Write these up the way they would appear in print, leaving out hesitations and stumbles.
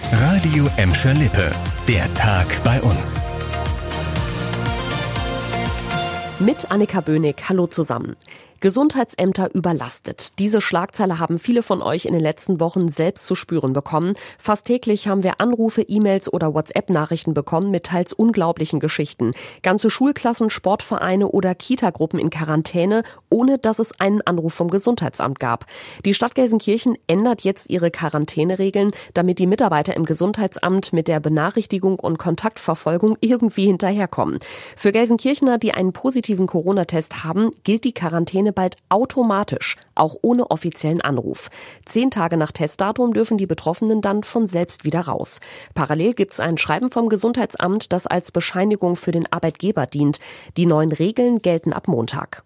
Radio Emscher Lippe. Der Tag bei uns. Mit Annika Böhnig. Hallo zusammen. Gesundheitsämter überlastet. Diese Schlagzeile haben viele von euch in den letzten Wochen selbst zu spüren bekommen. Fast täglich haben wir Anrufe, E-Mails oder WhatsApp-Nachrichten bekommen mit teils unglaublichen Geschichten. Ganze Schulklassen, Sportvereine oder Kitagruppen in Quarantäne, ohne dass es einen Anruf vom Gesundheitsamt gab. Die Stadt Gelsenkirchen ändert jetzt ihre Quarantäneregeln, damit die Mitarbeiter im Gesundheitsamt mit der Benachrichtigung und Kontaktverfolgung irgendwie hinterherkommen. Für Gelsenkirchener, die einen positiven Corona-Test haben, gilt die Quarantäne bald automatisch, auch ohne offiziellen Anruf. 10 Tage nach Testdatum dürfen die Betroffenen dann von selbst wieder raus. Parallel gibt es ein Schreiben vom Gesundheitsamt, das als Bescheinigung für den Arbeitgeber dient. Die neuen Regeln gelten ab Montag.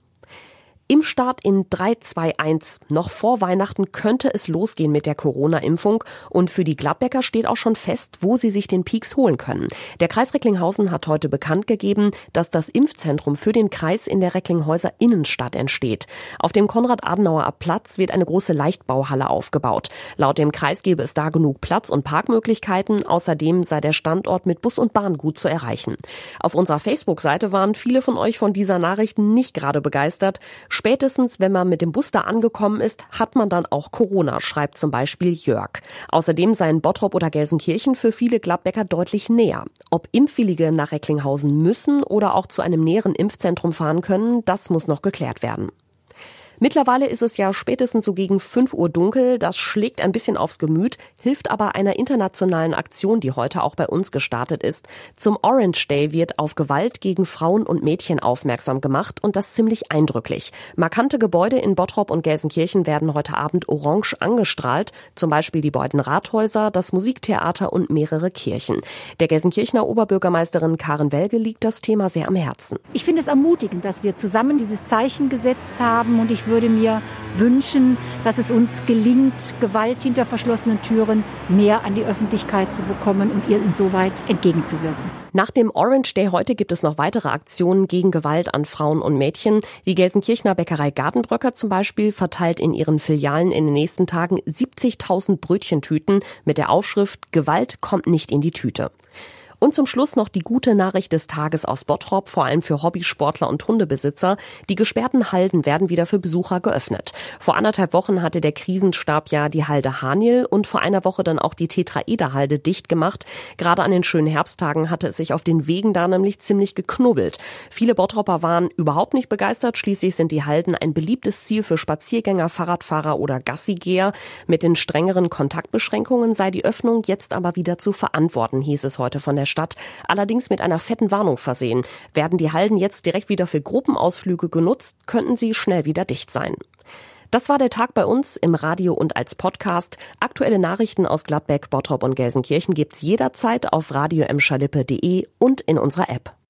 Im Start in 3, 2, 1. Noch vor Weihnachten könnte es losgehen mit der Corona-Impfung. Und für die Gladbecker steht auch schon fest, wo sie sich den Peaks holen können. Der Kreis Recklinghausen hat heute bekannt gegeben, dass das Impfzentrum für den Kreis in der Recklinghäuser Innenstadt entsteht. Auf dem Konrad-Adenauer-Platz wird eine große Leichtbauhalle aufgebaut. Laut dem Kreis gäbe es da genug Platz und Parkmöglichkeiten. Außerdem sei der Standort mit Bus und Bahn gut zu erreichen. Auf unserer Facebook-Seite waren viele von euch von dieser Nachricht nicht gerade begeistert. Spätestens, wenn man mit dem Bus da angekommen ist, hat man dann auch Corona, schreibt zum Beispiel Jörg. Außerdem seien Bottrop oder Gelsenkirchen für viele Gladbecker deutlich näher. Ob Impfwillige nach Recklinghausen müssen oder auch zu einem näheren Impfzentrum fahren können, das muss noch geklärt werden. Mittlerweile ist es ja spätestens so gegen 5 Uhr dunkel. Das schlägt ein bisschen aufs Gemüt, hilft aber einer internationalen Aktion, die heute auch bei uns gestartet ist. Zum Orange Day wird auf Gewalt gegen Frauen und Mädchen aufmerksam gemacht und das ziemlich eindrücklich. Markante Gebäude in Bottrop und Gelsenkirchen werden heute Abend orange angestrahlt. Zum Beispiel die beiden Rathäuser, das Musiktheater und mehrere Kirchen. Der Gelsenkirchener Oberbürgermeisterin Karin Welge liegt das Thema sehr am Herzen. Ich finde es ermutigend, dass wir zusammen dieses Zeichen gesetzt haben und ich würde mir wünschen, dass es uns gelingt, Gewalt hinter verschlossenen Türen mehr an die Öffentlichkeit zu bekommen und ihr insoweit entgegenzuwirken. Nach dem Orange Day heute gibt es noch weitere Aktionen gegen Gewalt an Frauen und Mädchen. Die Gelsenkirchener Bäckerei Gartenbröcker zum Beispiel verteilt in ihren Filialen in den nächsten Tagen 70.000 Brötchentüten mit der Aufschrift "Gewalt kommt nicht in die Tüte". Und zum Schluss noch die gute Nachricht des Tages aus Bottrop, vor allem für Hobbysportler und Hundebesitzer. Die gesperrten Halden werden wieder für Besucher geöffnet. Vor 1,5 Wochen hatte der Krisenstab ja die Halde Haniel und vor einer Woche dann auch die Tetraeder-Halde dicht gemacht. Gerade an den schönen Herbsttagen hatte es sich auf den Wegen da nämlich ziemlich geknubbelt. Viele Bottropper waren überhaupt nicht begeistert. Schließlich sind die Halden ein beliebtes Ziel für Spaziergänger, Fahrradfahrer oder Gassigeher. Mit den strengeren Kontaktbeschränkungen sei die Öffnung jetzt aber wieder zu verantworten, hieß es heute von der Stadt, allerdings mit einer fetten Warnung versehen. Werden die Halden jetzt direkt wieder für Gruppenausflüge genutzt, könnten sie schnell wieder dicht sein. Das war der Tag bei uns im Radio und als Podcast. Aktuelle Nachrichten aus Gladbeck, Bottrop und Gelsenkirchen gibt's jederzeit auf radioemscherlippe.de und in unserer App.